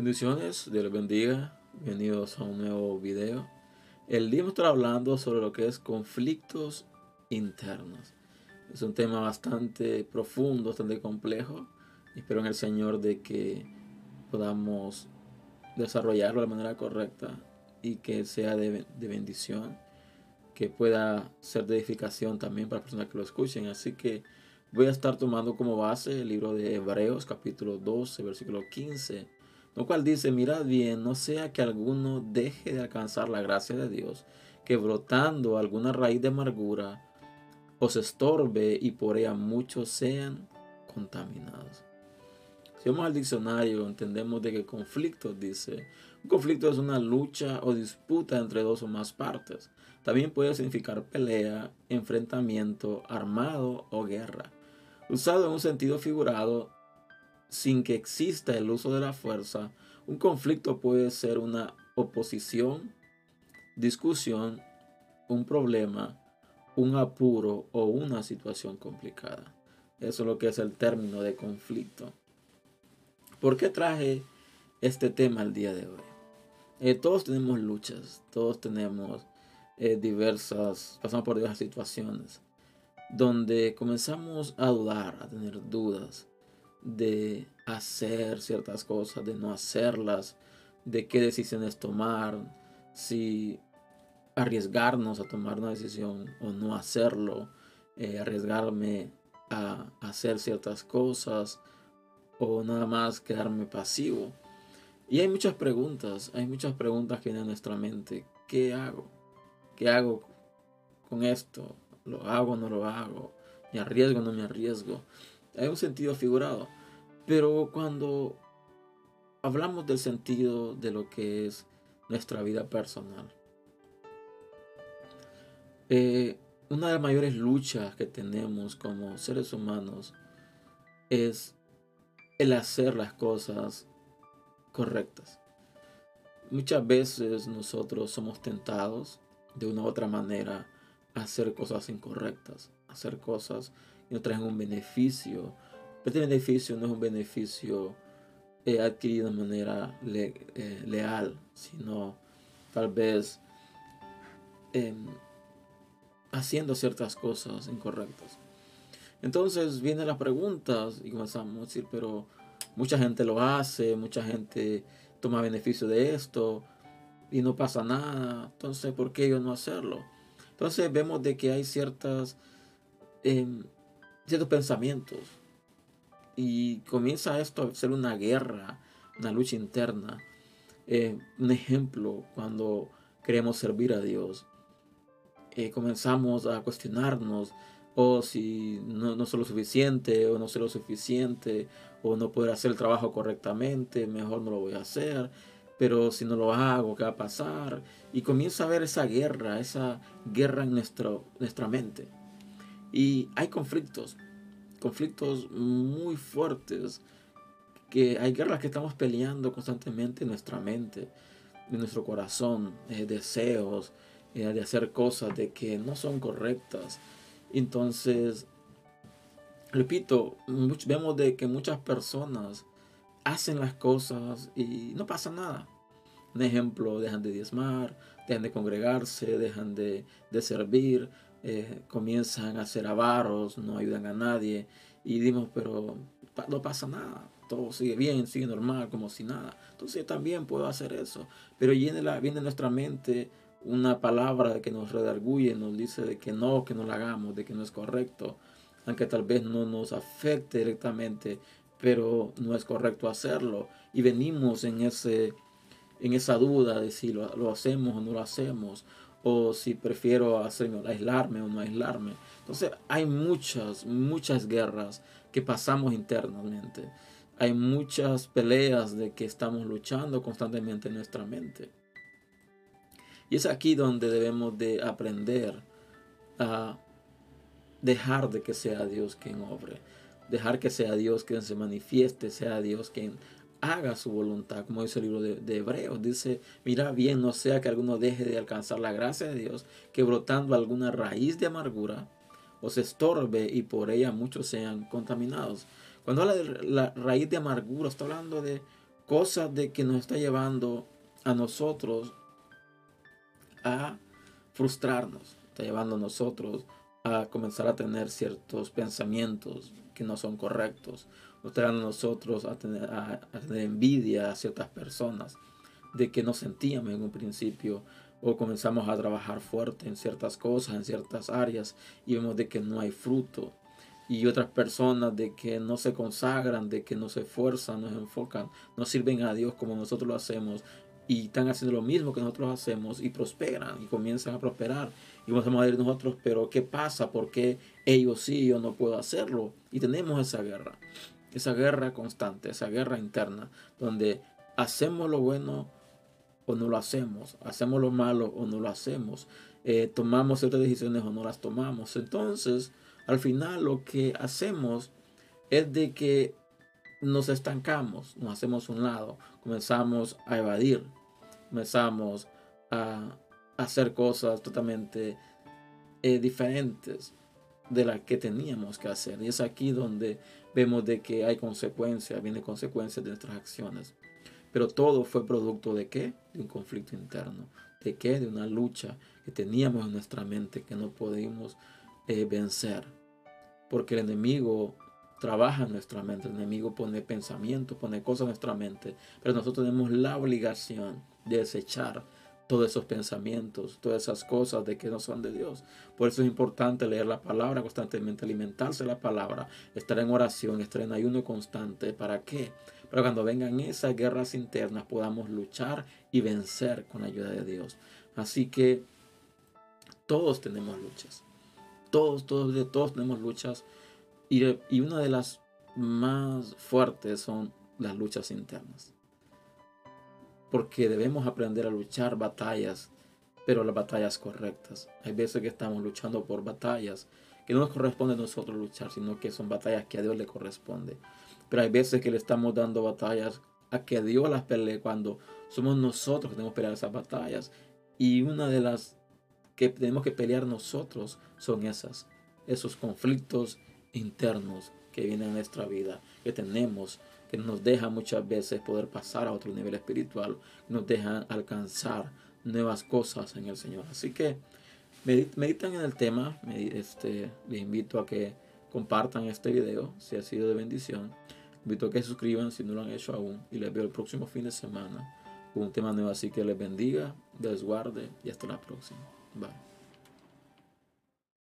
Bendiciones, Dios les bendiga. Bienvenidos a un nuevo video. El día vamos a estar hablando sobre lo que es conflictos internos. Es un tema bastante profundo, bastante complejo. Espero en el Señor de que podamos desarrollarlo de manera correcta y que sea de bendición, que pueda ser de edificación también para las personas que lo escuchen. Así que voy a estar tomando como base el libro de Hebreos, capítulo 12, versículo 15, lo cual dice: mirad bien, no sea que alguno deje de alcanzar la gracia de Dios, que brotando alguna raíz de amargura os estorbe y por ella muchos sean contaminados. Si vamos al diccionario, entendemos de que conflicto dice: un conflicto es una lucha o disputa entre dos o más partes. También puede significar pelea, enfrentamiento armado o guerra. Usado en un sentido figurado, sin que exista el uso de la fuerza, un conflicto puede ser una oposición, discusión, un problema, un apuro o una situación complicada. Eso es lo que es el término de conflicto. ¿Por qué traje este tema el día de hoy? Todos tenemos luchas, todos tenemos pasamos por diversas situaciones donde comenzamos a dudar, a tener dudas de hacer ciertas cosas, de no hacerlas, de qué decisiones tomar, si arriesgarnos a tomar una decisión o no hacerlo, arriesgarme a hacer ciertas cosas o nada más quedarme pasivo. Y hay muchas preguntas que vienen a nuestra mente. ¿Qué hago? ¿Qué hago con esto? ¿Lo hago o no lo hago? ¿Me arriesgo o no me arriesgo? Hay un sentido figurado. Pero cuando hablamos del sentido de lo que es nuestra vida personal, una de las mayores luchas que tenemos como seres humanos es el hacer las cosas correctas. Muchas veces nosotros somos tentados de una u otra manera a hacer cosas incorrectas, a hacer cosas que no traen un beneficio. Pero este beneficio no es un beneficio adquirido de manera leal, sino tal vez eh, haciendo ciertas cosas incorrectas. Entonces vienen las preguntas y comenzamos a decir: pero mucha gente lo hace, mucha gente toma beneficio de esto y no pasa nada. Entonces, ¿por qué yo no hacerlo? Entonces vemos de que hay eh, ciertos pensamientos y comienza esto a ser una guerra, una lucha interna. Un ejemplo, cuando queremos servir a Dios, comenzamos a cuestionarnos: o si no soy lo suficiente, o no soy lo suficiente, o no poder hacer el trabajo correctamente, mejor no lo voy a hacer. Pero si no lo hago, ¿qué va a pasar? Y comienza a haber esa guerra en nuestra mente. Y hay conflictos muy fuertes, que hay guerras que estamos peleando constantemente en nuestra mente, en nuestro corazón, deseos de hacer cosas de que no son correctas. Entonces, repito, vemos de que muchas personas hacen las cosas y no pasa nada. Un ejemplo: dejan de diezmar, dejan de congregarse, dejan de servir, comienzan a ser avaros, no ayudan a nadie. Y dimos: pero no pasa nada, todo sigue bien, sigue normal, como si nada. Entonces yo también puedo hacer eso. Pero viene a nuestra mente una palabra que nos redarguye, nos dice de que no lo hagamos, de que no es correcto, aunque tal vez no nos afecte directamente, pero no es correcto hacerlo. Y venimos en esa duda de si lo hacemos o no lo hacemos, o si prefiero aislarme o no aislarme. Entonces hay muchas guerras que pasamos internamente. Hay muchas peleas de que estamos luchando constantemente en nuestra mente. Y es aquí donde debemos de aprender a dejar de que sea Dios quien obre, dejar que sea Dios quien se manifieste, sea Dios quien haga su voluntad, como dice el libro de Hebreos. Dice: mira bien, no sea que alguno deje de alcanzar la gracia de Dios, que brotando alguna raíz de amargura os estorbe y por ella muchos sean contaminados. Cuando habla de la raíz de amargura, está hablando de cosas de que nos está llevando a nosotros a frustrarnos, está llevando a nosotros a comenzar a tener ciertos pensamientos que no son correctos, nos está llevando a nosotros a tener envidia a ciertas personas, de que nos sentíamos en un principio o comenzamos a trabajar fuerte en ciertas cosas, en ciertas áreas y vemos de que no hay fruto. Y otras personas de que no se consagran, de que no se esfuerzan, no se enfocan, no sirven a Dios como nosotros lo hacemos y están haciendo lo mismo que nosotros hacemos y prosperan y comienzan a prosperar. Y comenzamos a decir nosotros, pero ¿qué pasa? ¿Por qué ellos sí y yo no puedo hacerlo? Y tenemos esa guerra constante, esa guerra interna, donde hacemos lo bueno o no lo hacemos lo malo o no lo hacemos, tomamos ciertas decisiones o no las tomamos. Entonces, al final lo que hacemos es de que nos estancamos, nos hacemos un lado, comenzamos a evadir, comenzamos a hacer cosas totalmente diferentes de las que teníamos que hacer. Y es aquí donde vemos de que hay consecuencias, vienen consecuencias de nuestras acciones. Pero todo fue producto de qué? De un conflicto interno. ¿De qué? De una lucha que teníamos en nuestra mente que no pudimos vencer. Porque el enemigo trabaja en nuestra mente, el enemigo pone pensamientos, pone cosas en nuestra mente, pero nosotros tenemos la obligación de desechar todos esos pensamientos, todas esas cosas de que no son de Dios. Por eso es importante leer la palabra constantemente, alimentarse de la palabra, estar en oración, estar en ayuno constante. ¿Para qué? Para cuando vengan esas guerras internas podamos luchar y vencer con la ayuda de Dios. Así que todos tenemos luchas. Todos tenemos luchas y una de las más fuertes son las luchas internas. Porque debemos aprender a luchar batallas, pero las batallas correctas. Hay veces que estamos luchando por batallas que no nos corresponde a nosotros luchar, sino que son batallas que a Dios le corresponde. Pero hay veces que le estamos dando batallas a que Dios las pelee cuando somos nosotros que tenemos que pelear esas batallas. Y una de las que tenemos que pelear nosotros son esos conflictos internos que vienen a nuestra vida, que tenemos, que nos dejan muchas veces poder pasar a otro nivel espiritual, nos dejan alcanzar nuevas cosas en el Señor. Así que meditan en el tema, les invito a que compartan este video si ha sido de bendición. Les invito a que se suscriban si no lo han hecho aún y les veo el próximo fin de semana con un tema nuevo. Así que les bendiga, les guarde y hasta la próxima. Bye.